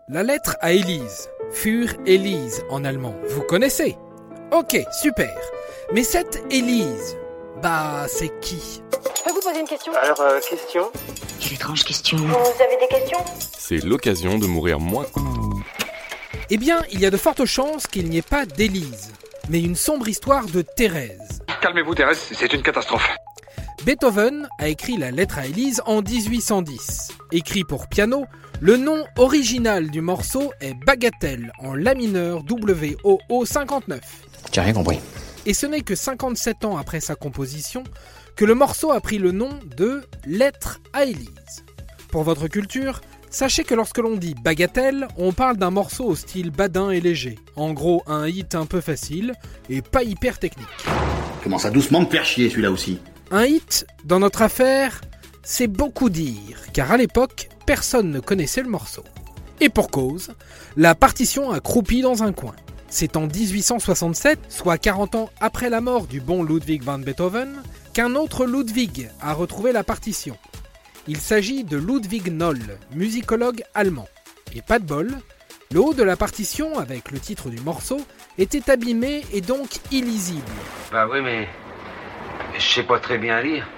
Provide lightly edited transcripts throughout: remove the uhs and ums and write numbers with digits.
La lettre à Élise, für Elise en allemand, vous connaissez? Ok, super. Mais cette Élise, c'est qui? Je peux vous poser une question? Alors, question? Quelle étrange question. Vous avez des questions? C'est l'occasion de mourir moins. Eh bien, il y a de fortes chances qu'il n'y ait pas d'Élise, mais une sombre histoire de Thérèse. Calmez-vous Thérèse, c'est une catastrophe. Beethoven a écrit la lettre à Élise en 1810. Écrit pour piano, le nom original du morceau est Bagatelle en La mineur WOO 59. J'ai rien compris. Et ce n'est que 57 ans après sa composition que le morceau a pris le nom de Lettre à Élise. Pour votre culture, sachez que lorsque l'on dit bagatelle, on parle d'un morceau au style badin et léger. En gros, un hit un peu facile et pas hyper technique. Commence à doucement me faire chier celui-là aussi. Un hit, dans notre affaire, c'est beaucoup dire, car à l'époque, personne ne connaissait le morceau. Et pour cause, la partition a croupi dans un coin. C'est en 1867, soit 40 ans après la mort du bon Ludwig van Beethoven, qu'un autre Ludwig a retrouvé la partition. Il s'agit de Ludwig Noll, musicologue allemand. Et pas de bol, le haut de la partition, avec le titre du morceau, était abîmé et donc illisible. Bah oui, mais je sais pas très bien lire.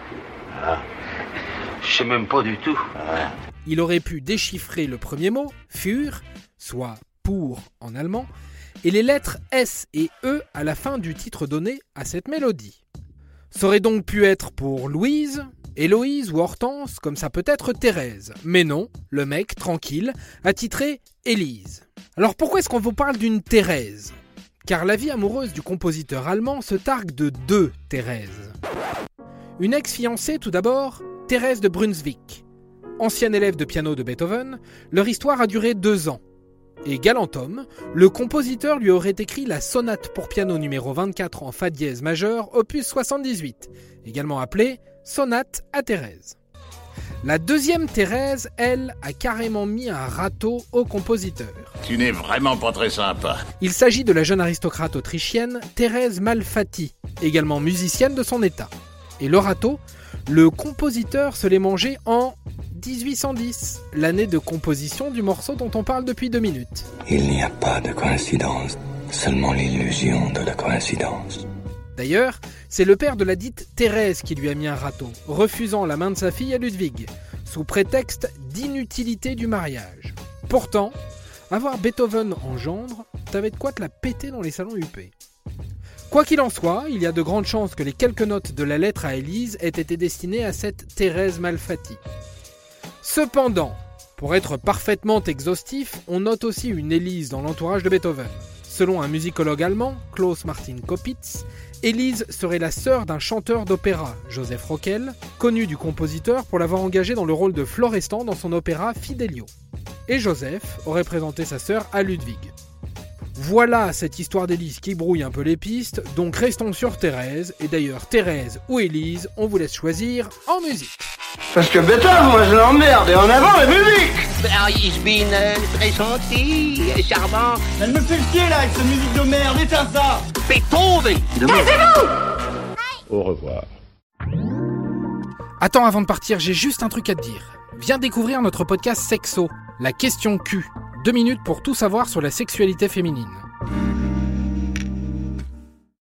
Je sais même pas du tout. Il aurait pu déchiffrer le premier mot, für, soit pour en allemand, et les lettres S et E à la fin du titre donné à cette mélodie. Ça aurait donc pu être pour Louise, Héloïse ou Hortense, comme ça peut être Thérèse. Mais non, le mec, tranquille, a titré Élise. Alors pourquoi est-ce qu'on vous parle d'une Thérèse ? Car la vie amoureuse du compositeur allemand se targue de deux Thérèses. Une ex-fiancée tout d'abord, Thérèse de Brunswick. Ancienne élève de piano de Beethoven, leur histoire a duré 2 ans. Et galant homme, le compositeur lui aurait écrit la sonate pour piano numéro 24 en fa dièse majeur, opus 78, également appelée sonate à Thérèse. La deuxième Thérèse, elle, a carrément mis un râteau au compositeur. Tu n'es vraiment pas très sympa. Il s'agit de la jeune aristocrate autrichienne Thérèse Malfatti, également musicienne de son état. Et le râteau, le compositeur se l'est mangé en 1810, l'année de composition du morceau dont on parle depuis 2 minutes. Il n'y a pas de coïncidence, seulement l'illusion de la coïncidence. D'ailleurs, c'est le père de la dite Thérèse qui lui a mis un râteau, refusant la main de sa fille à Ludwig, sous prétexte d'inutilité du mariage. Pourtant, avoir Beethoven en gendre, t'avais de quoi te la péter dans les salons huppés. Quoi qu'il en soit, il y a de grandes chances que les quelques notes de la lettre à Élise aient été destinées à cette Thérèse Malfatti. Cependant, pour être parfaitement exhaustif, on note aussi une Élise dans l'entourage de Beethoven. Selon un musicologue allemand, Klaus Martin Koppitz, Élise serait la sœur d'un chanteur d'opéra, Joseph Rockel, connu du compositeur pour l'avoir engagé dans le rôle de Florestan dans son opéra Fidelio. Et Joseph aurait présenté sa sœur à Ludwig. Voilà cette histoire d'Élise qui brouille un peu les pistes, donc restons sur Thérèse, et d'ailleurs Thérèse ou Élise, on vous laisse choisir en musique. Parce que Beethoven, moi je l'emmerde, et en avant la musique! Ich bin très gentil, charmant. Elle me fait le pied là avec cette musique de merde, éteins ça! Beethoven. Au revoir. Attends, avant de partir, j'ai juste un truc à te dire. Viens découvrir notre podcast Sexo, la question Q. 2 minutes pour tout savoir sur la sexualité féminine.